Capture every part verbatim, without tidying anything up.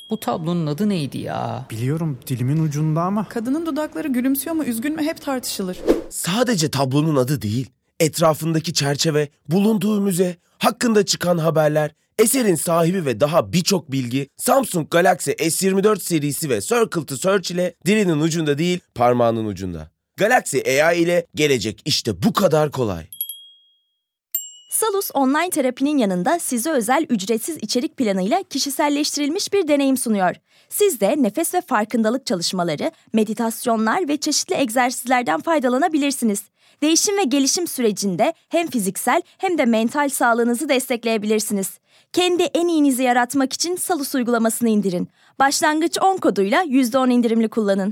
Bu tablonun adı neydi ya? Biliyorum, dilimin ucunda ama. Kadının dudakları gülümsüyor mu, üzgün mü hep tartışılır. Sadece tablonun adı değil, etrafındaki çerçeve, bulunduğu müze, hakkında çıkan haberler, eserin sahibi ve daha birçok bilgi Samsung Galaxy S yirmi dört serisi ve Circle to Search ile dilinin ucunda değil, parmağının ucunda. Galaxy A I ile gelecek işte bu kadar kolay. Salus online terapinin yanında size özel ücretsiz içerik planıyla kişiselleştirilmiş bir deneyim sunuyor. Siz de nefes ve farkındalık çalışmaları, meditasyonlar ve çeşitli egzersizlerden faydalanabilirsiniz. Değişim ve gelişim sürecinde hem fiziksel hem de mental sağlığınızı destekleyebilirsiniz. Kendi en iyinizi yaratmak için Salus uygulamasını indirin. Başlangıç on koduyla yüzde on indirimli kullanın.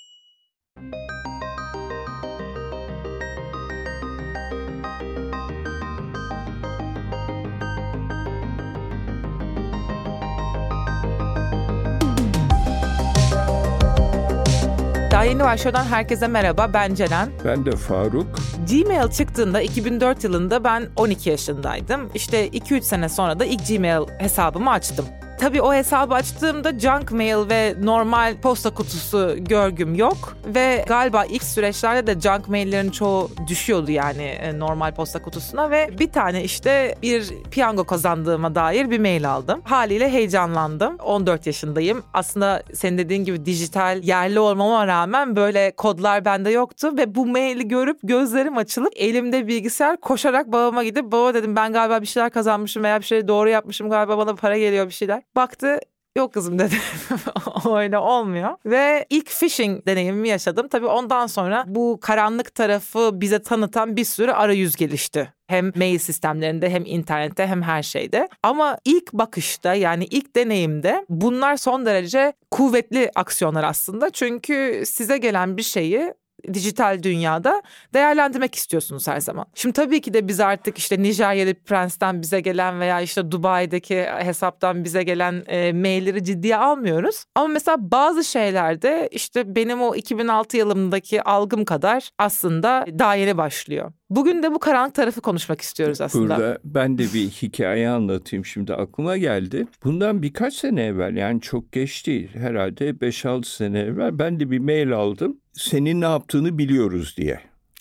Daha Yeni Başlıyor'dan herkese merhaba, ben Ceren. Ben de Faruk. Gmail çıktığında iki bin dört yılında ben on iki yaşındaydım. İşte iki üç sene sonra da ilk Gmail hesabımı açtım. Tabii o hesabı açtığımda junk mail ve normal posta kutusu görgüm yok. Ve galiba ilk süreçlerde de junk maillerin çoğu düşüyordu yani normal posta kutusuna. Ve bir tane işte bir piyango kazandığıma dair bir mail aldım. Haliyle heyecanlandım. on dört yaşındayım. Aslında senin dediğin gibi dijital yerli olmama rağmen böyle kodlar bende yoktu. Ve bu maili görüp gözlerim açılıp elimde bilgisayar koşarak babama gidip baba dedim ben galiba bir şeyler kazanmışım veya bir şeyleri doğru yapmışım, galiba bana para geliyor bir şeyler. Baktı, yok kızım dedi. Öyle olmuyor. Ve ilk phishing deneyimimi yaşadım. Tabii ondan sonra bu karanlık tarafı bize tanıtan bir sürü arayüz gelişti. Hem mail sistemlerinde hem internette hem her şeyde. Ama ilk bakışta yani ilk deneyimde bunlar son derece kuvvetli aksiyonlar aslında. Çünkü size gelen bir şeyi dijital dünyada değerlendirmek istiyorsunuz her zaman. Şimdi tabii ki de biz artık işte Nijeryalı prensten bize gelen veya işte Dubai'deki hesaptan bize gelen e, mailleri ciddiye almıyoruz. Ama mesela bazı şeylerde işte benim o iki bin altı yılımdaki algım kadar aslında daha yeni başlıyor. Bugün de bu karanlık tarafı konuşmak istiyoruz aslında. Burada ben de bir hikaye anlatayım, şimdi aklıma geldi. Bundan birkaç sene evvel, yani çok geç değil, herhalde beş altı sene evvel ben de bir mail aldım. Senin ne yaptığını biliyoruz diye.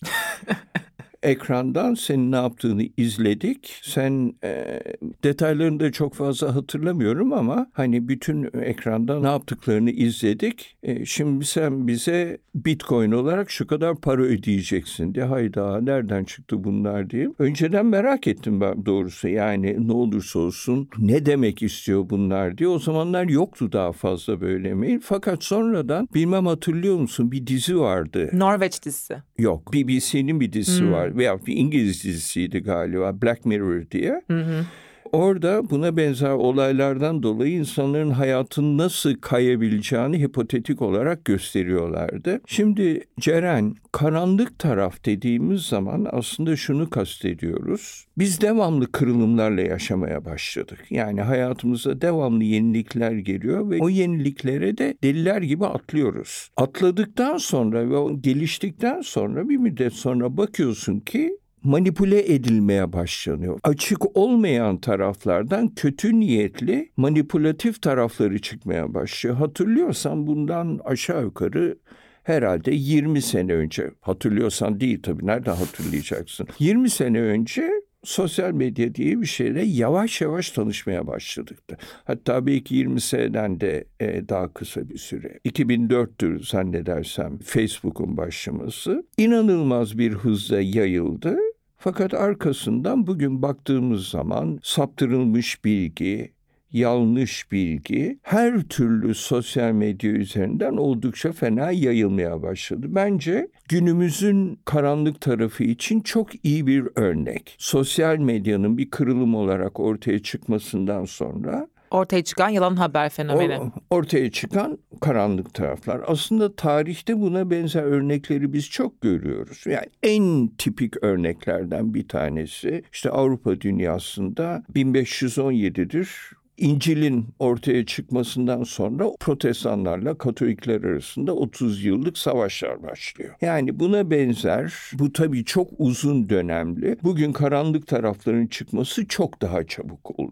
Ekrandan senin ne yaptığını izledik. Sen e, detaylarını da çok fazla hatırlamıyorum ama hani bütün ekranda ne yaptıklarını izledik. E, şimdi sen bize Bitcoin olarak şu kadar para ödeyeceksin diye. Hayda, nereden çıktı bunlar diye. Önceden merak ettim ben doğrusu. Yani ne olursa olsun ne demek istiyor bunlar diye. O zamanlar yoktu daha fazla böyle mail. Fakat sonradan, bilmem hatırlıyor musun, bir dizi vardı. Norveç dizisi. Yok, B B C'nin bir dizisi hmm. var. Veya bir İngiliz dizisiydi galiba, Black Mirror diye. Hı hı. Orada buna benzer olaylardan dolayı insanların hayatının nasıl kayabileceğini hipotetik olarak gösteriyorlardı. Şimdi Ceren, karanlık taraf dediğimiz zaman aslında şunu kastediyoruz. Biz devamlı kırılımlarla yaşamaya başladık. Yani hayatımıza devamlı yenilikler geliyor ve o yeniliklere de deliler gibi atlıyoruz. Atladıktan sonra ve o geliştikten sonra bir müddet sonra bakıyorsun ki manipüle edilmeye başlanıyor. Açık olmayan taraflardan kötü niyetli manipülatif tarafları çıkmaya başlıyor. Hatırlıyorsan bundan aşağı yukarı herhalde yirmi sene önce, hatırlıyorsan değil tabii, nereden hatırlayacaksın? yirmi sene önce sosyal medya diye bir şeyle yavaş yavaş tanışmaya başladık. Hatta belki yirmi seneden de daha kısa bir süre. iki bin dörttür zannedersem Facebook'un başlaması. İnanılmaz bir hızla yayıldı. Fakat arkasından bugün baktığımız zaman saptırılmış bilgi, yanlış bilgi her türlü sosyal medya üzerinden oldukça fena yayılmaya başladı. Bence günümüzün karanlık tarafı için çok iyi bir örnek. Sosyal medyanın bir kırılım olarak ortaya çıkmasından sonra ortaya çıkan yalan haber fenomeni. O, ortaya çıkan karanlık taraflar. Aslında tarihte buna benzer örnekleri biz çok görüyoruz. Yani en tipik örneklerden bir tanesi işte Avrupa dünyasında bin beş yüz on yedidir. İncil'in ortaya çıkmasından sonra Protestanlarla Katolikler arasında otuz yıllık savaşlar başlıyor. Yani buna benzer, bu tabii çok uzun dönemli. Bugün karanlık tarafların çıkması çok daha çabuk oluyor.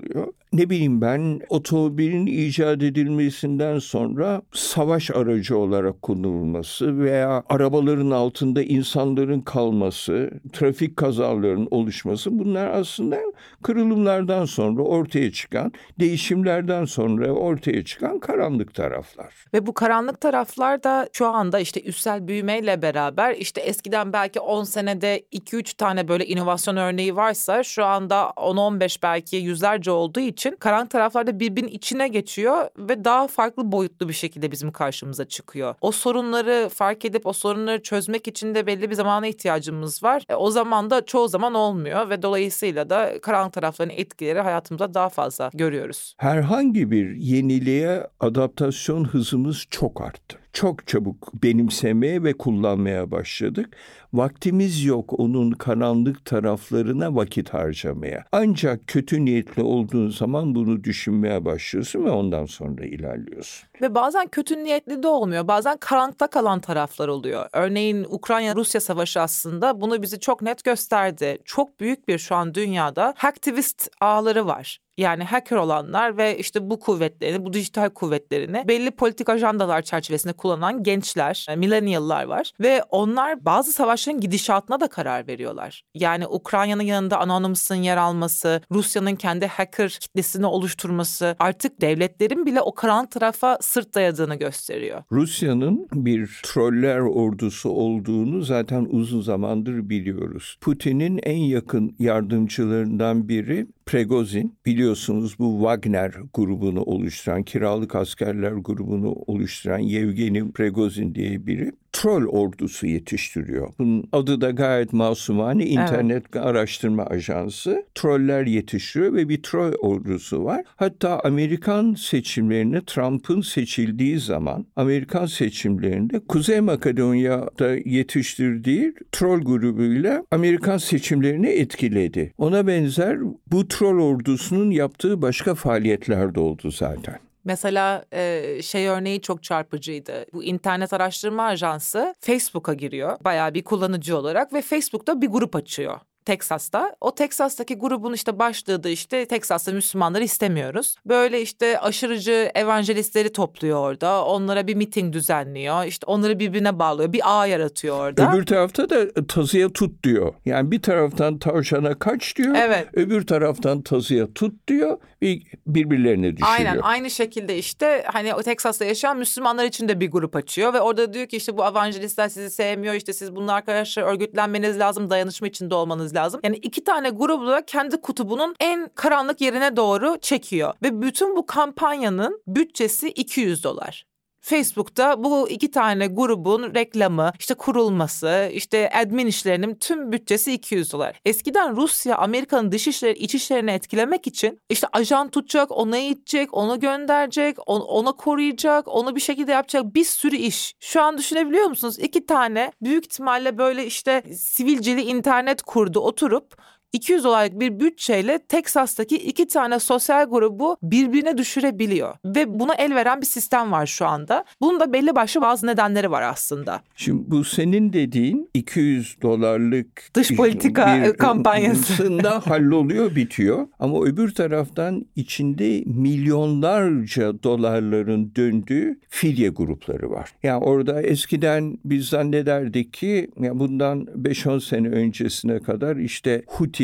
ne bileyim ben, otomobilin icat edilmesinden sonra savaş aracı olarak kullanılması veya arabaların altında insanların kalması, trafik kazalarının oluşması, bunlar aslında kırılımlardan sonra ortaya çıkan, değişimlerden sonra ortaya çıkan karanlık taraflar. Ve bu karanlık taraflar da şu anda işte üstsel büyümeyle beraber, işte eskiden belki on senede iki üç tane böyle inovasyon örneği varsa şu anda on on beş belki yüzlerce olduğu için karanlık taraflar da birbirinin içine geçiyor ve daha farklı boyutlu bir şekilde bizim karşımıza çıkıyor. O sorunları fark edip o sorunları çözmek için de belli bir zamana ihtiyacımız var. E, o zaman da çoğu zaman olmuyor ve dolayısıyla da karanlık tarafların etkileri hayatımızda daha fazla görüyoruz. Herhangi bir yeniliğe adaptasyon hızımız çok arttı. Çok çabuk benimsemeye ve kullanmaya başladık. Vaktimiz yok onun karanlık taraflarına vakit harcamaya. Ancak kötü niyetli olduğun zaman bunu düşünmeye başlıyorsun ve ondan sonra ilerliyorsun. Ve bazen kötü niyetli de olmuyor. Bazen karanlıkta kalan taraflar oluyor. Örneğin Ukrayna-Rusya savaşı aslında bunu bizi çok net gösterdi. Çok büyük bir şu an dünyada hacktivist ağları var. Yani hacker olanlar ve işte bu kuvvetlerini, bu dijital kuvvetlerini belli politik ajandalar çerçevesinde kullanan gençler, millennial'lar var. Ve onlar bazı savaşların gidişatına da karar veriyorlar. Yani Ukrayna'nın yanında Anonymous'un yer alması, Rusya'nın kendi hacker kitlesini oluşturması artık devletlerin bile o karanlık tarafa sırt dayadığını gösteriyor. Rusya'nın bir troller ordusu olduğunu zaten uzun zamandır biliyoruz. Putin'in en yakın yardımcılarından biri Prigozhin, biliyorsunuz bu Wagner grubunu oluşturan, kiralık askerler grubunu oluşturan Yevgeni Prigozhin diye biri troll ordusu yetiştiriyor. Bunun adı da gayet masumane, internet evet. araştırma ajansı. Troller yetiştiriyor ve bir troll ordusu var. Hatta Amerikan seçimlerinde Trump'ın seçildiği zaman Amerikan seçimlerinde Kuzey Makedonya'da yetiştirdiği troll grubuyla Amerikan seçimlerini etkiledi. Ona benzer bu troll ordusunun yaptığı başka faaliyetler de oldu zaten. Mesela e, şey örneği çok çarpıcıydı. Bu internet araştırma ajansı Facebook'a giriyor bayağı bir kullanıcı olarak ve Facebook'ta bir grup açıyor. Texas'ta. O Texas'taki grubun işte başlığı da işte Texas'ta Müslümanları istemiyoruz. Böyle işte aşırıcı evangelistleri topluyor orada. Onlara bir miting düzenliyor. İşte onları birbirine bağlıyor. Bir ağ yaratıyor orada. Öbür tarafta da tazıya tut diyor. Yani bir taraftan tavşana kaç diyor. Evet. Öbür taraftan tazıya tut diyor. Birbirlerine düşürüyor. Aynen aynı şekilde işte hani o Texas'ta yaşayan Müslümanlar için de bir grup açıyor. Ve orada diyor ki işte bu evangelistler sizi sevmiyor. İşte siz bunlar arkadaşlar örgütlenmeniz lazım. Dayanışma içinde olmanız lazım. lazım. Yani iki tane grubu da kendi kutubunun en karanlık yerine doğru çekiyor. Ve bütün bu kampanyanın bütçesi iki yüz dolar. Facebook'ta bu iki tane grubun reklamı, işte kurulması, işte admin işlerinin tüm bütçesi iki yüz dolar. Eskiden Rusya, Amerika'nın dışişleri, iç işlerini etkilemek için işte ajan tutacak, ona itecek, onu gönderecek, ona koruyacak, onu bir şekilde yapacak bir sürü iş. Şu an düşünebiliyor musunuz? İki tane büyük ihtimalle böyle işte sivilceli internet kurdu oturup iki yüz dolarlık bir bütçeyle Texas'taki iki tane sosyal grubu birbirine düşürebiliyor. Ve buna el veren bir sistem var şu anda. Bunun da belli başlı bazı nedenleri var aslında. Şimdi bu senin dediğin iki yüz dolarlık dış politika bir kampanyasında halloluyor, bitiyor. Ama öbür taraftan içinde milyonlarca dolarların döndüğü fidye grupları var. Yani orada eskiden biz zannederdik ki ya bundan beş on sene öncesine kadar işte Hutili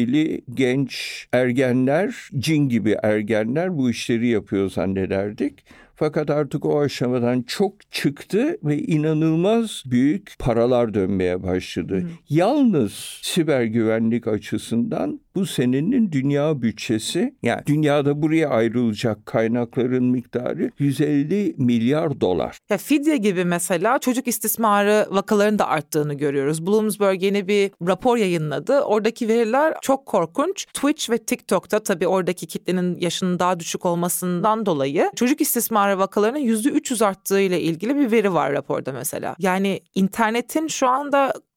genç ergenler, cin gibi ergenler bu işleri yapıyor zannederdik. Fakat artık o aşamadan çok çıktı ve inanılmaz büyük paralar dönmeye başladı. Hmm. Yalnız siber güvenlik açısından bu senenin dünya bütçesi, yani dünyada buraya ayrılacak kaynakların miktarı yüz elli milyar dolar. Ya fidye gibi mesela çocuk istismarı vakalarının da arttığını görüyoruz. Bloomberg yeni bir rapor yayınladı. Oradaki veriler çok korkunç. Twitch ve TikTok'ta tabii oradaki kitlenin yaşının daha düşük olmasından dolayı çocuk istismarı vakalarının yüzde üç yüz arttığı ile ilgili bir veri var raporda mesela. Yani internetin şu anda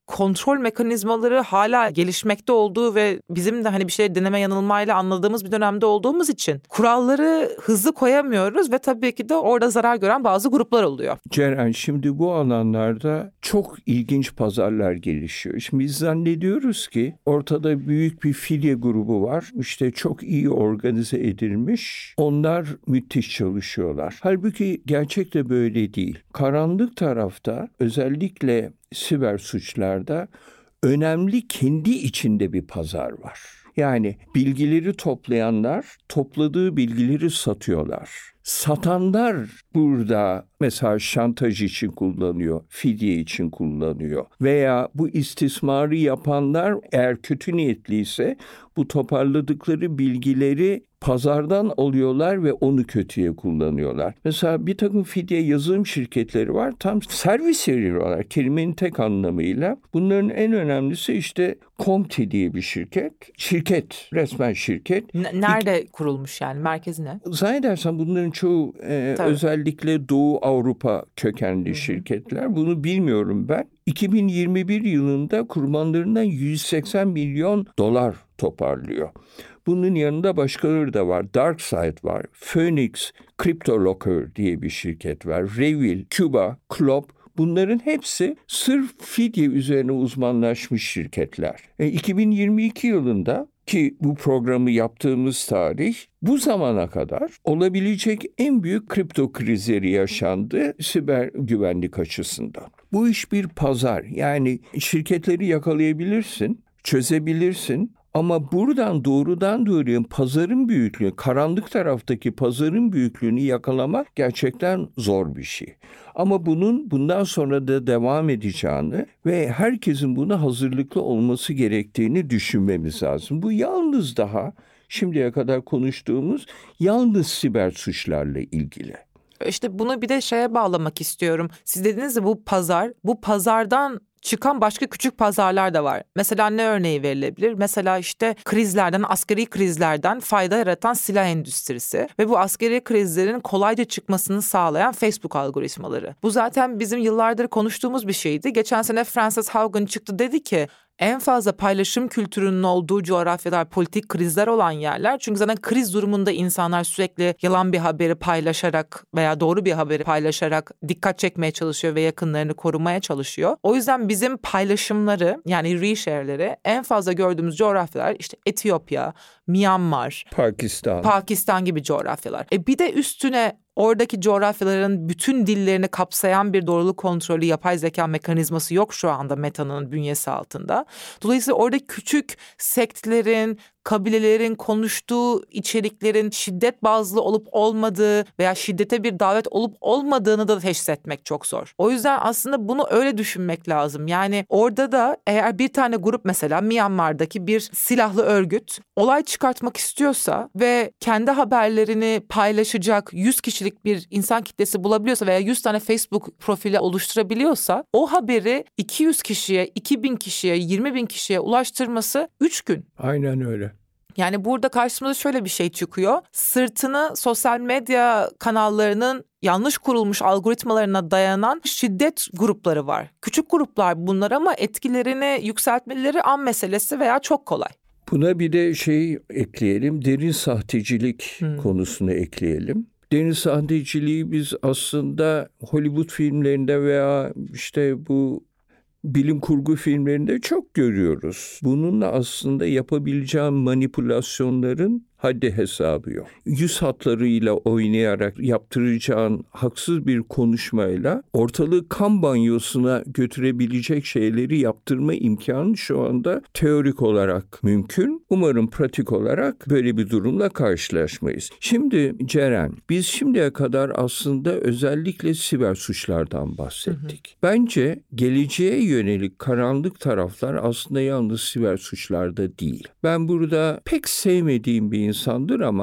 kontrol mekanizmaları hala gelişmekte olduğu ve bizim de hani bir şey deneme yanılmayla anladığımız bir dönemde olduğumuz için kuralları hızlı koyamıyoruz ve tabii ki de orada zarar gören bazı gruplar oluyor. Ceren, şimdi bu alanlarda çok ilginç pazarlar gelişiyor. Şimdi biz zannediyoruz ki ortada büyük bir filye grubu var. İşte çok iyi organize edilmiş. Onlar müthiş çalışıyorlar. Halbuki gerçekte böyle değil. Karanlık tarafta, özellikle siber suçlarda önemli kendi içinde bir pazar var. Yani bilgileri toplayanlar topladığı bilgileri satıyorlar. Satanlar burada mesela şantaj için kullanıyor, fidye için kullanıyor. Veya bu istismarı yapanlar eğer kötü niyetliyse bu toparladıkları bilgileri pazardan alıyorlar ve onu kötüye kullanıyorlar. Mesela bir takım fidye yazılım şirketleri var. Tam servis veriyorlar kelimenin tek anlamıyla. Bunların en önemlisi işte Comte diye bir şirket. Şirket, resmen şirket. N- nerede İk- kurulmuş yani? Merkezi ne? Zannedersem bunların çoğu e, özellikle Doğu Avrupa kökenli Hı-hı. şirketler. Bunu bilmiyorum ben. iki bin yirmi bir yılında kurbanlarından yüz seksen milyon dolar toparlıyor. Bunun yanında başkaları da var. DarkSide var. Phoenix CryptoLocker diye bir şirket var. Revil, Cuba, Clop. Bunların hepsi sırf fidye üzerine uzmanlaşmış şirketler. E, iki bin yirmi iki yılında ki bu programı yaptığımız tarih, bu zamana kadar olabilecek en büyük kripto krizleri yaşandı siber güvenlik açısından. Bu iş bir pazar. Yani şirketleri yakalayabilirsin, çözebilirsin. Ama buradan doğrudan doğruya pazarın büyüklüğü, karanlık taraftaki pazarın büyüklüğünü yakalamak gerçekten zor bir şey. Ama bunun bundan sonra da devam edeceğini ve herkesin buna hazırlıklı olması gerektiğini düşünmemiz lazım. Bu yalnız daha şimdiye kadar konuştuğumuz yalnız siber suçlarla ilgili. İşte bunu bir de şeye bağlamak istiyorum. Siz dediniz ya bu pazar, bu pazardan çıkan başka küçük pazarlar da var. Mesela ne örneği verilebilir? Mesela işte krizlerden, askeri krizlerden fayda yaratan silah endüstrisi ve bu askeri krizlerin kolayca çıkmasını sağlayan Facebook algoritmaları. Bu zaten bizim yıllardır konuştuğumuz bir şeydi. Geçen sene Frances Haugen çıktı, dedi ki en fazla paylaşım kültürünün olduğu coğrafyalar politik krizler olan yerler. Çünkü zaten kriz durumunda insanlar sürekli yalan bir haberi paylaşarak veya doğru bir haberi paylaşarak dikkat çekmeye çalışıyor ve yakınlarını korumaya çalışıyor. O yüzden bizim paylaşımları, yani reshare'leri en fazla gördüğümüz coğrafyalar işte Etiyopya, Myanmar, Pakistan, Pakistan gibi coğrafyalar. E bir de üstüne oradaki coğrafyaların bütün dillerini kapsayan bir doğruluk kontrolü yapay zeka mekanizması yok şu anda Meta'nın bünyesi altında. Dolayısıyla orada küçük sektlerin, kabilelerin konuştuğu içeriklerin şiddet bazlı olup olmadığı veya şiddete bir davet olup olmadığını da teşhis etmek çok zor. O yüzden aslında bunu öyle düşünmek lazım. Yani orada da eğer bir tane grup, mesela Myanmar'daki bir silahlı örgüt olay çıkartmak istiyorsa ve kendi haberlerini paylaşacak yüz kişilik bir insan kitlesi bulabiliyorsa veya yüz tane Facebook profili oluşturabiliyorsa o haberi iki yüz kişiye, iki bin kişiye, yirmi bin kişiye ulaştırması üç gün. Aynen öyle. Yani burada karşımıza şöyle bir şey çıkıyor. Sırtını sosyal medya kanallarının yanlış kurulmuş algoritmalarına dayanan şiddet grupları var. Küçük gruplar bunlar ama etkilerini yükseltmeleri an meselesi veya çok kolay. Buna bir de şey ekleyelim, derin sahtecilik hmm. konusunu ekleyelim. Derin sahteciliği biz aslında Hollywood filmlerinde veya işte bu bilim kurgu filmlerinde çok görüyoruz. Bununla aslında yapabileceğim manipülasyonların haddi hesabı yok. Yüz hatlarıyla oynayarak yaptıracağın haksız bir konuşmayla ortalığı kan banyosuna götürebilecek şeyleri yaptırma imkanı şu anda teorik olarak mümkün. Umarım pratik olarak böyle bir durumla karşılaşmayız. Şimdi Ceren, biz şimdiye kadar aslında özellikle siber suçlardan bahsettik. Hı hı. Bence geleceğe yönelik karanlık taraflar aslında yalnız siber suçlarda değil. Ben burada pek sevmediğim bir insandır ama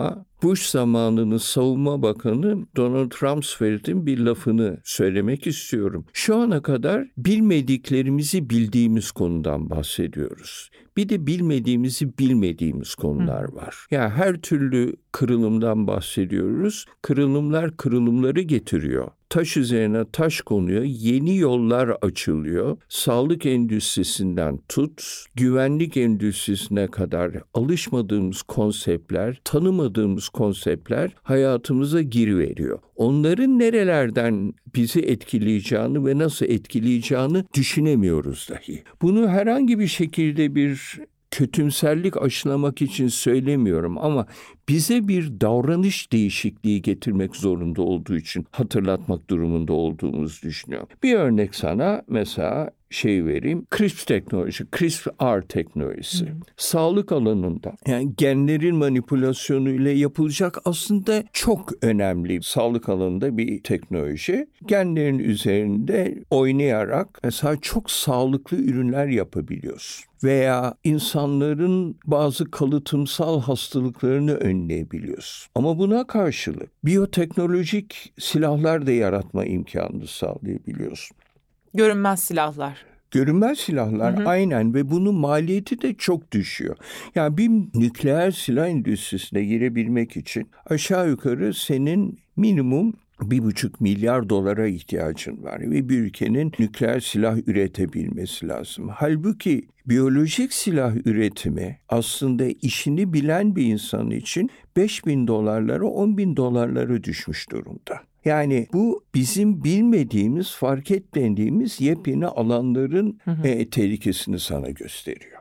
Bush zamanının savunma bakanı Donald Rumsfeld'in bir lafını söylemek istiyorum. Şu ana kadar bilmediklerimizi bildiğimiz konudan bahsediyoruz. Bir de bilmediğimizi bilmediğimiz konular var. Yani her türlü kırılımdan bahsediyoruz. Kırılımlar kırılımları getiriyor. Taş üzerine taş konuyor, yeni yollar açılıyor. Sağlık endüstrisinden tut, güvenlik endüstrisine kadar alışmadığımız konseptler, tanımadığımız konseptler hayatımıza giriveriyor. Onların nerelerden bizi etkileyeceğini ve nasıl etkileyeceğini düşünemiyoruz dahi. Bunu herhangi bir şekilde bir kötümserlik aşılamak için söylemiyorum ama bize bir davranış değişikliği getirmek zorunda olduğu için hatırlatmak durumunda olduğumuzu düşünüyorum. Bir örnek sana mesela şey vereyim. CRISPR teknolojisi, CRISPR teknolojisi. Hmm. Sağlık alanında yani genlerin manipülasyonu ile yapılacak aslında çok önemli sağlık alanında bir teknoloji. Genlerin üzerinde oynayarak mesela çok sağlıklı ürünler yapabiliyorsun. Veya insanların bazı kalıtımsal hastalıklarını önleyebiliyorsun. Ama buna karşılık biyoteknolojik silahlar da yaratma imkanını sağlayabiliyorsun. Görünmez silahlar. Görünmez silahlar hı hı. Aynen ve bunun maliyeti de çok düşüyor. Yani bir nükleer silah endüstrisine girebilmek için aşağı yukarı senin minimum bir buçuk milyar dolara ihtiyacın var ve bir ülkenin nükleer silah üretebilmesi lazım. Halbuki biyolojik silah üretimi aslında işini bilen bir insan için beş bin dolarlara on bin dolarlara düşmüş durumda. Yani bu bizim bilmediğimiz, fark etmediğimiz yepyeni alanların hı hı. E, tehlikesini sana gösteriyor.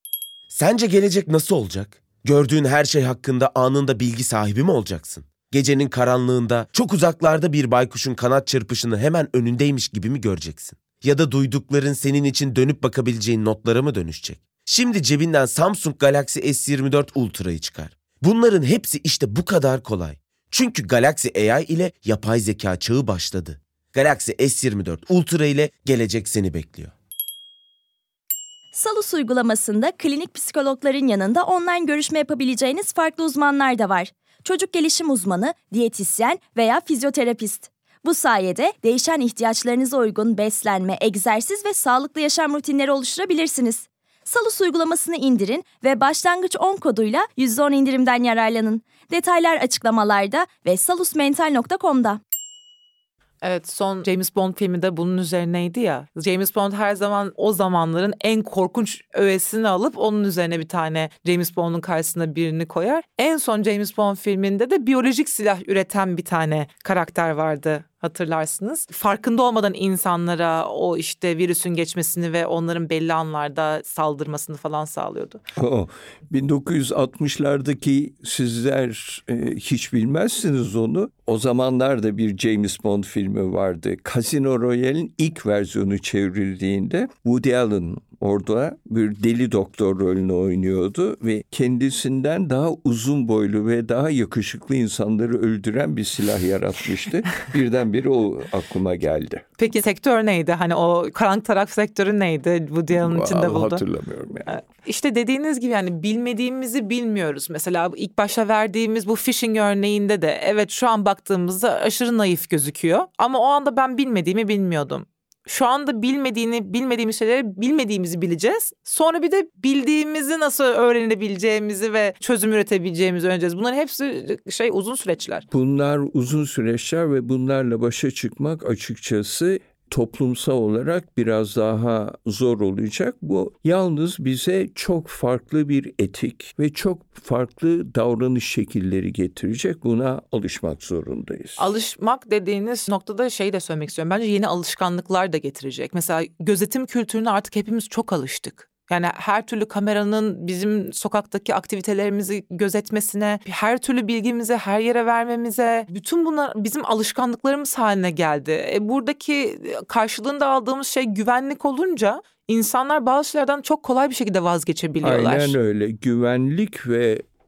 Sence gelecek nasıl olacak? Gördüğün her şey hakkında anında bilgi sahibi mi olacaksın? Gecenin karanlığında çok uzaklarda bir baykuşun kanat çırpışını hemen önündeymiş gibi mi göreceksin? Ya da duydukların senin için dönüp bakabileceğin notlara mı dönüşecek? Şimdi cebinden Samsung Galaxy S yirmi dört Ultra'yı çıkar. Bunların hepsi işte bu kadar kolay. Çünkü Galaxy A I ile yapay zeka çağı başladı. Galaxy S yirmi dört Ultra ile gelecek seni bekliyor. Salus uygulamasında klinik psikologların yanında online görüşme yapabileceğiniz farklı uzmanlar da var. Çocuk gelişim uzmanı, diyetisyen veya fizyoterapist. Bu sayede değişen ihtiyaçlarınıza uygun beslenme, egzersiz ve sağlıklı yaşam rutinleri oluşturabilirsiniz. Salus uygulamasını indirin ve başlangıç on koduyla yüzde on indirimden yararlanın. Detaylar açıklamalarda ve salusmental nokta com'da. Evet, son James Bond filmi de bunun üzerineydi ya. James Bond her zaman o zamanların en korkunç öğesini alıp onun üzerine bir tane James Bond'un karşısına birini koyar. En son James Bond filminde de biyolojik silah üreten bir tane karakter vardı. Hatırlarsınız. Farkında olmadan insanlara o işte virüsün geçmesini ve onların belli anlarda saldırmasını falan sağlıyordu. Oh, bin dokuz yüz altmışlardaki sizler e, hiç bilmezsiniz onu. O zamanlarda bir James Bond filmi vardı. Casino Royale'in ilk versiyonu çevrildiğinde Woody Allen orada bir deli doktor rolünü oynuyordu ve kendisinden daha uzun boylu ve daha yakışıklı insanları öldüren bir silah yaratmıştı. Birdenbire o aklıma geldi. Peki sektör neydi? Hani o karanlık taraf sektörü neydi? Woody Allen'ın içinde buldu. Hatırlamıyorum yani. İşte dediğiniz gibi yani bilmediğimizi bilmiyoruz. Mesela ilk başta verdiğimiz bu phishing örneğinde de evet şu an baktığımızda aşırı naif gözüküyor. Ama o anda ben bilmediğimi bilmiyordum. Şu anda bilmediğini, bilmediğimiz şeyleri bilmediğimizi bileceğiz. Sonra bir de bildiğimizi nasıl öğrenebileceğimizi ve çözüm üretebileceğimizi öğreneceğiz. Bunların hepsi şey uzun süreçler. Bunlar uzun süreçler ve bunlarla başa çıkmak açıkçası toplumsal olarak biraz daha zor olacak. Bu yalnız bize çok farklı bir etik ve çok farklı davranış şekilleri getirecek. Buna alışmak zorundayız. Alışmak dediğiniz noktada şey de söylemek istiyorum. Bence yeni alışkanlıklar da getirecek. Mesela gözetim kültürüne artık hepimiz çok alıştık. Yani her türlü kameranın bizim sokaktaki aktivitelerimizi gözetmesine, her türlü bilgimizi her yere vermemize, bütün bunlar bizim alışkanlıklarımız haline geldi. E buradaki karşılığında aldığımız şey güvenlik olunca insanlar bazı şeylerden çok kolay bir şekilde vazgeçebiliyorlar. Aynen öyle. Güvenlik ve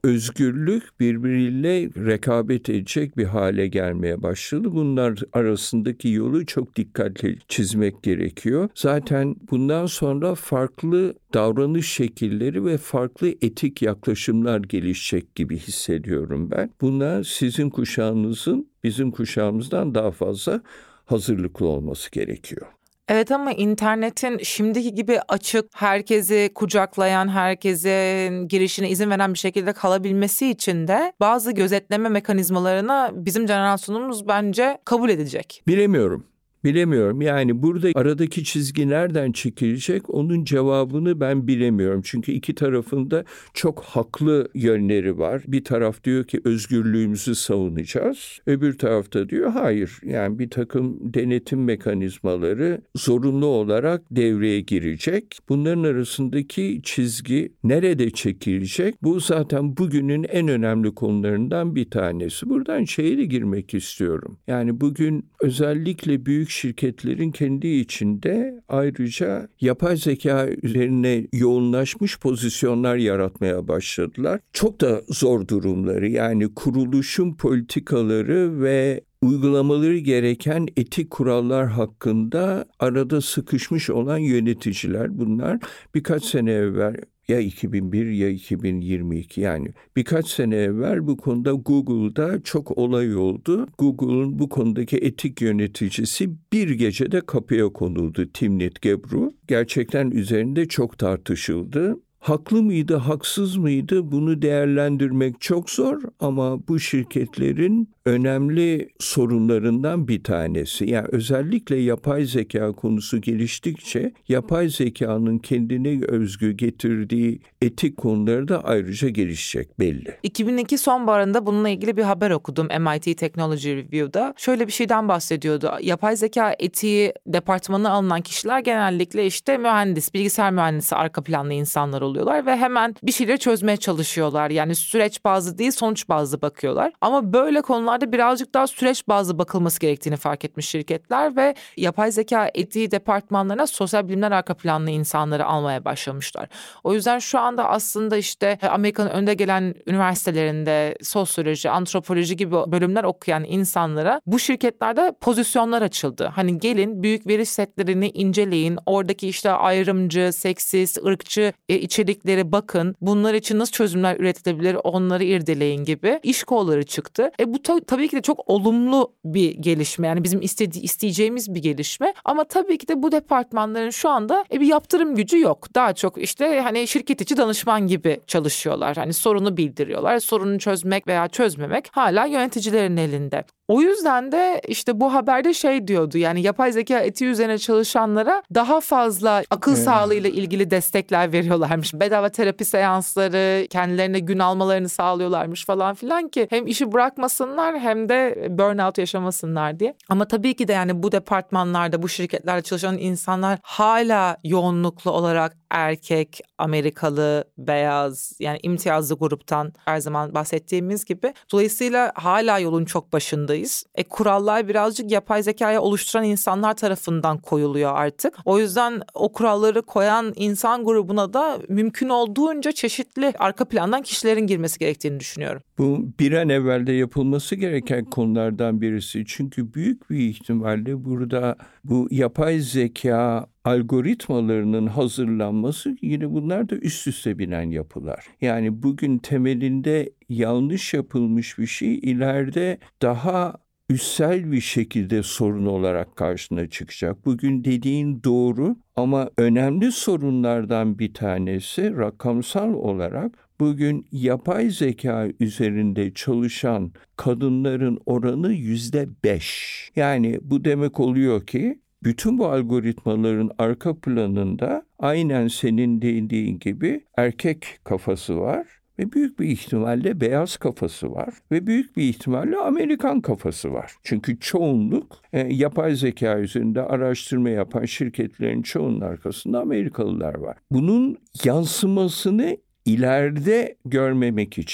özgürlük birbiriyle rekabet edecek bir hale gelmeye başladı. Bunlar arasındaki yolu çok dikkatli çizmek gerekiyor. Zaten bundan sonra farklı davranış şekilleri ve farklı etik yaklaşımlar gelişecek gibi hissediyorum ben. Buna sizin kuşağınızın bizim kuşağımızdan daha fazla hazırlıklı olması gerekiyor. Evet ama internetin şimdiki gibi açık, herkesi kucaklayan, herkesin girişine izin veren bir şekilde kalabilmesi için de bazı gözetleme mekanizmalarına bizim jenerasyonumuz bence kabul edecek. Bilemiyorum. Bilemiyorum. Yani burada aradaki çizgi nereden çekilecek onun cevabını ben bilemiyorum. Çünkü iki tarafında çok haklı yönleri var. Bir taraf diyor ki özgürlüğümüzü savunacağız. Öbür tarafta diyor hayır. Yani bir takım denetim mekanizmaları zorunlu olarak devreye girecek. Bunların arasındaki çizgi nerede çekilecek? Bu zaten bugünün en önemli konularından bir tanesi. Buradan şeye de girmek istiyorum. Yani bugün özellikle büyük şirketlerin kendi içinde ayrıca yapay zeka üzerine yoğunlaşmış pozisyonlar yaratmaya başladılar. Çok da zor durumları, yani kuruluşun politikaları ve uygulamaları gereken etik kurallar hakkında arada sıkışmış olan yöneticiler bunlar. Birkaç sene evvel ya iki bin bir ya iki bin yirmi iki yani birkaç sene evvel bu konuda Google'da çok olay oldu. Google'un bu konudaki etik yöneticisi bir gecede kapıya konuldu, Timnit Gebru. Gerçekten üzerinde çok tartışıldı. Haklı mıydı, haksız mıydı bunu değerlendirmek çok zor ama bu şirketlerin önemli sorunlarından bir tanesi. Yani özellikle yapay zeka konusu geliştikçe yapay zekanın kendine özgü getirdiği etik konuları da ayrıca gelişecek belli. iki bin iki sonbaharında bununla ilgili bir haber okudum M I T Technology Review'da. Şöyle bir şeyden bahsediyordu. Yapay zeka etiği departmanına alınan kişiler genellikle işte mühendis, bilgisayar mühendisi arka planlı insanlar oluyorlar ve hemen bir şeyleri çözmeye çalışıyorlar. Yani süreç bazlı değil, sonuç bazlı bakıyorlar. Ama böyle konularda birazcık daha süreç bazlı bakılması gerektiğini fark etmiş şirketler ve yapay zeka etiği departmanlarına sosyal bilimler arka planlı insanları almaya başlamışlar. O yüzden şu anda aslında işte Amerika'nın önde gelen üniversitelerinde sosyoloji, antropoloji gibi bölümler okuyan insanlara bu şirketlerde pozisyonlar açıldı. Hani gelin büyük veri setlerini inceleyin, oradaki işte ayrımcı, seksist, ırkçı e, içerikleri bakın, bunlar için nasıl çözümler üretilebilir onları irdeleyin gibi iş kolları çıktı. E bu ta- tabii ki de çok olumlu bir gelişme, yani bizim istedi- isteyeceğimiz bir gelişme ama tabii ki de bu departmanların şu anda e, bir yaptırım gücü yok. Daha çok işte hani şirket içi danışman gibi çalışıyorlar. Hani sorunu bildiriyorlar. Sorunu çözmek veya çözmemek hala yöneticilerin elinde. O yüzden de işte bu haberde şey diyordu, yani yapay zeka etiği üzerine çalışanlara daha fazla akıl evet. sağlığıyla ilgili destekler veriyorlarmış. Bedava terapi seansları, kendilerine gün almalarını sağlıyorlarmış falan filan ki hem işi bırakmasınlar hem de burnout yaşamasınlar diye. Ama tabii ki de yani bu departmanlarda, bu şirketlerde çalışan insanlar hala yoğunluklu olarak erkek, Amerikalı, beyaz, yani imtiyazlı gruptan her zaman bahsettiğimiz gibi. Dolayısıyla hala yolun çok başındayız. E, kurallar birazcık yapay zekaya oluşturan insanlar tarafından koyuluyor artık. O yüzden o kuralları koyan insan grubuna da mümkün olduğunca çeşitli arka plandan kişilerin girmesi gerektiğini düşünüyorum. Bu bir an evvel de yapılması gereken konulardan birisi. Çünkü büyük bir ihtimalle burada bu yapay zeka algoritmalarının hazırlanması yine bunlar da üst üste binen yapılar. Yani bugün temelinde yanlış yapılmış bir şey ileride daha üstsel bir şekilde sorun olarak karşına çıkacak. Bugün dediğin doğru ama önemli sorunlardan bir tanesi rakamsal olarak bugün yapay zeka üzerinde çalışan kadınların oranı yüzde beş. Yani bu demek oluyor ki bütün bu algoritmaların arka planında aynen senin dediğin gibi erkek kafası var ve büyük bir ihtimalle beyaz kafası var ve büyük bir ihtimalle Amerikan kafası var. Çünkü çoğunluk e, yapay zeka üzerinde araştırma yapan şirketlerin çoğunun arkasında Amerikalılar var. Bunun yansımasını ileride görmemek için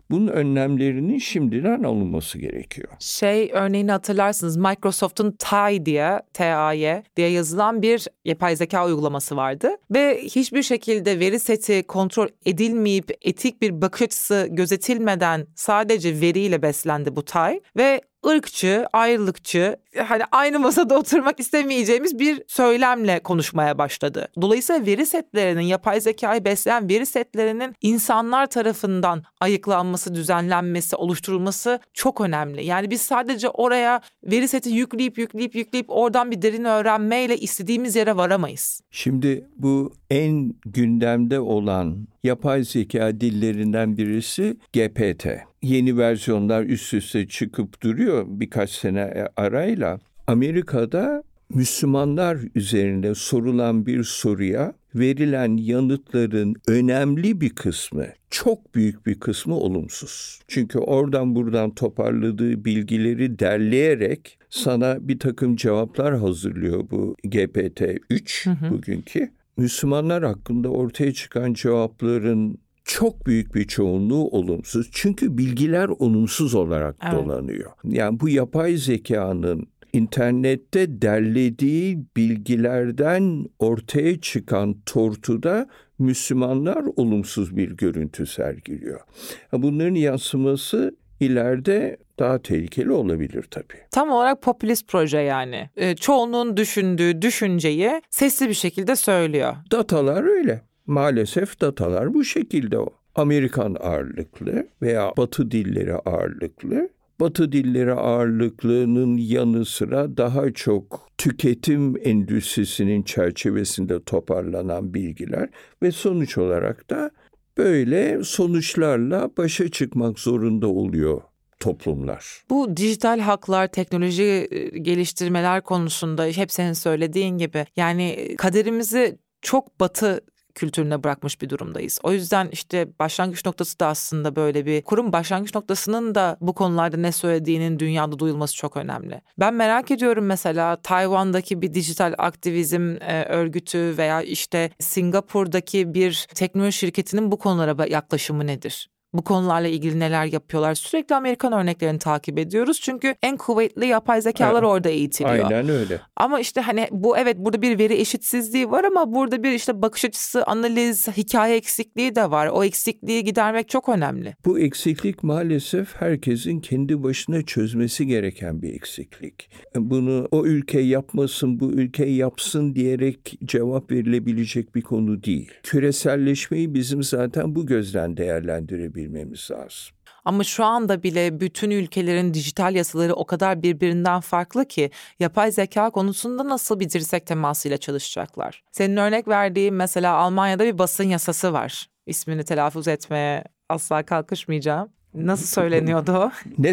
Bunun önlemlerinin şimdiden alınması gerekiyor. Şey örneğini hatırlarsınız, Microsoft'un T A Y diye, T A Y diye yazılan bir yapay zeka uygulaması vardı. Ve hiçbir şekilde veri seti kontrol edilmeyip etik bir bakış açısı gözetilmeden sadece veriyle beslendi bu T A Y. Ve ırkçı, ayrılıkçı, hani aynı masada oturmak istemeyeceğimiz bir söylemle konuşmaya başladı. Dolayısıyla veri setlerinin, yapay zekayı besleyen veri setlerinin insanlar tarafından ayıklanması, düzenlenmesi, oluşturulması çok önemli. Yani biz sadece oraya veri seti yükleyip yükleyip yükleyip oradan bir derin öğrenmeyle istediğimiz yere varamayız. Şimdi bu en gündemde olan yapay zeka dillerinden birisi G P T. Yeni versiyonlar üst üste çıkıp duruyor birkaç sene arayla. Amerika'da Müslümanlar üzerine sorulan bir soruya verilen yanıtların önemli bir kısmı, çok büyük bir kısmı olumsuz. Çünkü oradan buradan toparladığı bilgileri derleyerek sana bir takım cevaplar hazırlıyor bu G P T üç bugünkü. Müslümanlar hakkında ortaya çıkan cevapların çok büyük bir çoğunluğu olumsuz. Çünkü bilgiler olumsuz olarak evet. dolanıyor. Yani bu yapay zekanın internette derlediği bilgilerden ortaya çıkan tortuda Müslümanlar olumsuz bir görüntü sergiliyor. Bunların yansıması ileride daha tehlikeli olabilir tabii. Tam olarak popülist proje yani. E, çoğunluğun düşündüğü düşünceyi sesli bir şekilde söylüyor. Datalar öyle. Maalesef datalar bu şekilde o. Amerikan ağırlıklı veya Batı dilleri ağırlıklı. Batı dilleri ağırlıklığının yanı sıra daha çok tüketim endüstrisinin çerçevesinde toparlanan bilgiler ve sonuç olarak da böyle sonuçlarla başa çıkmak zorunda oluyor toplumlar. Bu dijital haklar, teknoloji geliştirmeler konusunda hep senin söylediğin gibi yani kaderimizi çok Batı kültürüne bırakmış bir durumdayız. O yüzden işte başlangıç noktası da aslında böyle bir kurum. Başlangıç noktasının da bu konularda ne söylediğinin dünyada duyulması çok önemli. Ben merak ediyorum mesela Tayvan'daki bir dijital aktivizm e, örgütü veya işte Singapur'daki bir teknoloji şirketinin bu konulara yaklaşımı nedir? Bu konularla ilgili neler yapıyorlar? Sürekli Amerikan örneklerini takip ediyoruz. Çünkü en kuvvetli yapay zekalar evet. orada eğitiliyor. Aynen öyle. Ama işte hani bu evet burada bir veri eşitsizliği var ama burada bir işte bakış açısı, analiz, hikaye eksikliği de var. O eksikliği gidermek çok önemli. Bu eksiklik maalesef herkesin kendi başına çözmesi gereken bir eksiklik. Bunu o ülke yapmasın, bu ülke yapsın diyerek cevap verilebilecek bir konu değil. Küreselleşmeyi bizim zaten bu gözden değerlendirebiliriz. Bilmemiz lazım. Ama şu anda bile bütün ülkelerin dijital yasaları o kadar birbirinden farklı ki yapay zeka konusunda nasıl bir dirsek temasıyla çalışacaklar. Senin örnek verdiğin mesela Almanya'da bir basın yasası var. İsmini telaffuz etmeye asla kalkışmayacağım. Nasıl söyleniyordu o?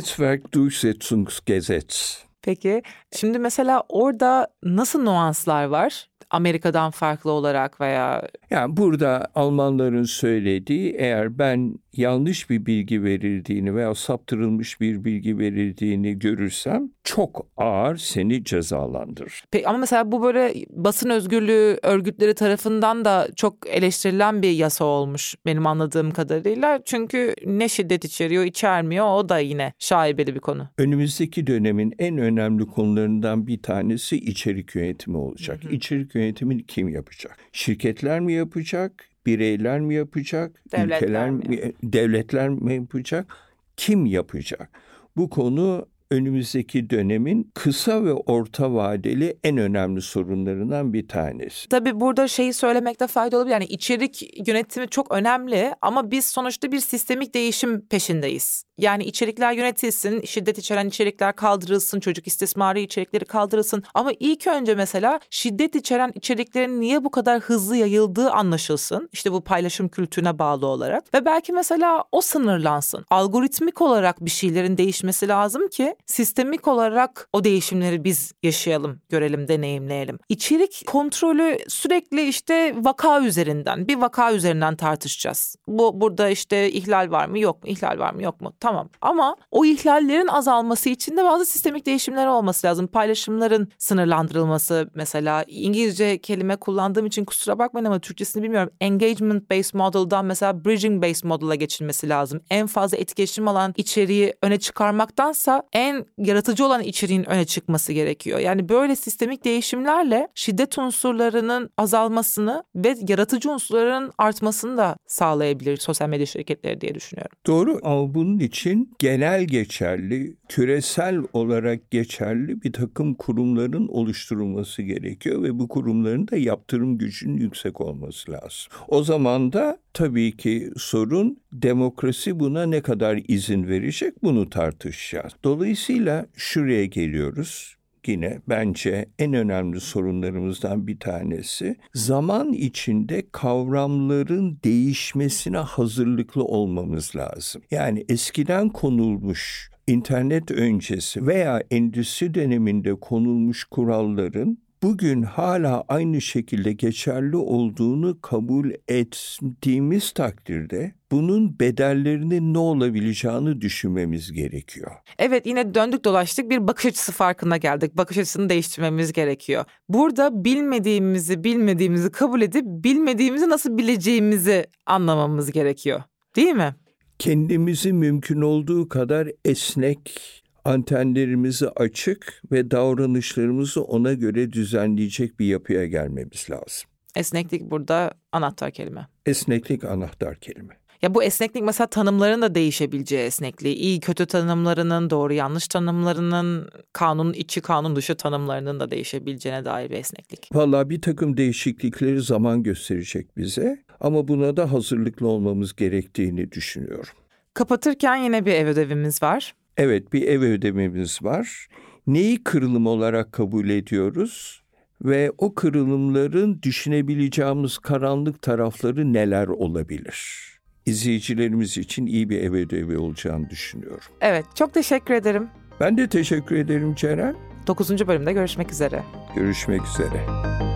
Netzwerkdurchsetzungsgesetz. Peki şimdi mesela orada nasıl nuanslar var? Amerika'dan farklı olarak veya... Yani burada Almanların söylediği eğer ben yanlış bir bilgi verildiğini veya saptırılmış bir bilgi verildiğini görürsem çok ağır seni cezalandırır. Peki, ama mesela bu böyle basın özgürlüğü örgütleri tarafından da çok eleştirilen bir yasa olmuş benim anladığım kadarıyla. Çünkü ne şiddet içeriyor, içermiyor o da yine şaibeli bir konu. Önümüzdeki dönemin en önemli konularından bir tanesi içerik yönetimi olacak. Hı hı. İçerik yönetimini kim yapacak? Şirketler mi yapacak? Bireyler mi yapacak? Devletler ülkeler mi? mi? Devletler mi yapacak? Kim yapacak? Bu konu önümüzdeki dönemin kısa ve orta vadeli en önemli sorunlarından bir tanesi. Tabii burada şeyi söylemekte fayda olabilir. Yani içerik yönetimi çok önemli ama biz sonuçta bir sistemik değişim peşindeyiz. Yani içerikler yönetilsin, şiddet içeren içerikler kaldırılsın, çocuk istismarı içerikleri kaldırılsın. Ama ilk önce mesela şiddet içeren içeriklerin niye bu kadar hızlı yayıldığı anlaşılsın. İşte bu paylaşım kültürüne bağlı olarak. Ve belki mesela o sınırlansın. Algoritmik olarak bir şeylerin değişmesi lazım ki sistemik olarak o değişimleri biz yaşayalım, görelim, deneyimleyelim. İçerik kontrolü sürekli işte vaka üzerinden, bir vaka üzerinden tartışacağız. Bu burada işte ihlal var mı, yok mu? İhlal var mı, yok mu? Tamam. Ama o ihlallerin azalması için de bazı sistemik değişimler olması lazım. Paylaşımların sınırlandırılması mesela. İngilizce kelime kullandığım için kusura bakmayın ama Türkçesini bilmiyorum. Engagement based model'dan mesela bridging based model'a geçilmesi lazım. En fazla etkileşim alan içeriği öne çıkarmaktansa en yaratıcı olan içeriğin öne çıkması gerekiyor. Yani böyle sistemik değişimlerle şiddet unsurlarının azalmasını ve yaratıcı unsurların artmasını da sağlayabilir sosyal medya şirketleri diye düşünüyorum. Doğru, ama bunun için genel geçerli, küresel olarak geçerli bir takım kurumların oluşturulması gerekiyor ve bu kurumların da yaptırım gücünün yüksek olması lazım. O zaman da tabii ki sorun demokrasi buna ne kadar izin verecek, bunu tartışacağız. Dolayısıyla şuraya geliyoruz. Yine bence en önemli sorunlarımızdan bir tanesi zaman içinde kavramların değişmesine hazırlıklı olmamız lazım. Yani eskiden konulmuş internet öncesi veya endüstri döneminde konulmuş kuralların bugün hala aynı şekilde geçerli olduğunu kabul ettiğimiz takdirde bunun bedellerinin ne olabileceğini düşünmemiz gerekiyor. Evet, yine döndük dolaştık, bir bakış açısı farkına geldik. Bakış açısını değiştirmemiz gerekiyor. Burada bilmediğimizi bilmediğimizi kabul edip bilmediğimizi nasıl bileceğimizi anlamamız gerekiyor. Değil mi? Kendimizi mümkün olduğu kadar esnek, antenlerimizi açık ve davranışlarımızı ona göre düzenleyecek bir yapıya gelmemiz lazım. Esneklik burada anahtar kelime. Esneklik anahtar kelime. Ya bu esneklik mesela tanımların da değişebileceği esnekliği, iyi kötü tanımlarının, doğru yanlış tanımlarının, kanun içi kanun dışı tanımlarının da değişebileceğine dair bir esneklik. Vallahi bir takım değişiklikleri zaman gösterecek bize ama buna da hazırlıklı olmamız gerektiğini düşünüyorum. Kapatırken yine bir ev ödevimiz var. Evet, bir ev ödevimiz var. Neyi kırılım olarak kabul ediyoruz ve o kırılımların düşünebileceğimiz karanlık tarafları neler olabilir? İzleyicilerimiz için iyi bir ev ödevi olacağını düşünüyorum. Evet, çok teşekkür ederim. Ben de teşekkür ederim Ceren. dokuzuncu bölümde görüşmek üzere. Görüşmek üzere.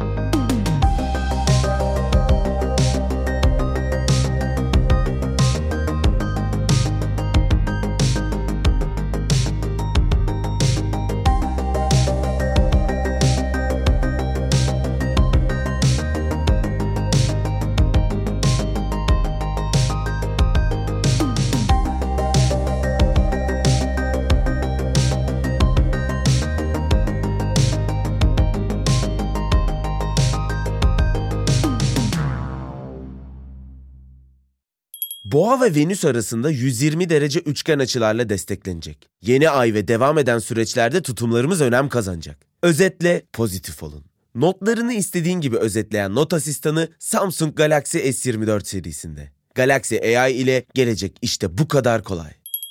Boğa ve Venüs arasında yüz yirmi derece üçgen açılarla desteklenecek. Yeni ay ve devam eden süreçlerde tutumlarımız önem kazanacak. Özetle pozitif olun. Notlarını istediğin gibi özetleyen not asistanı Samsung Galaxy S yirmi dört serisinde. Galaxy A I ile gelecek işte bu kadar kolay.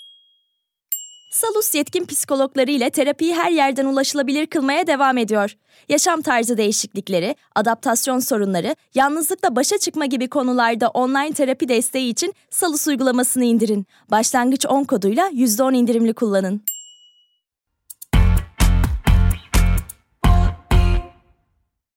Salus yetkin psikologları ile terapiyi her yerden ulaşılabilir kılmaya devam ediyor. Yaşam tarzı değişiklikleri, adaptasyon sorunları, yalnızlıkla başa çıkma gibi konularda online terapi desteği için Salus uygulamasını indirin. Başlangıç on koduyla yüzde on indirimli kullanın.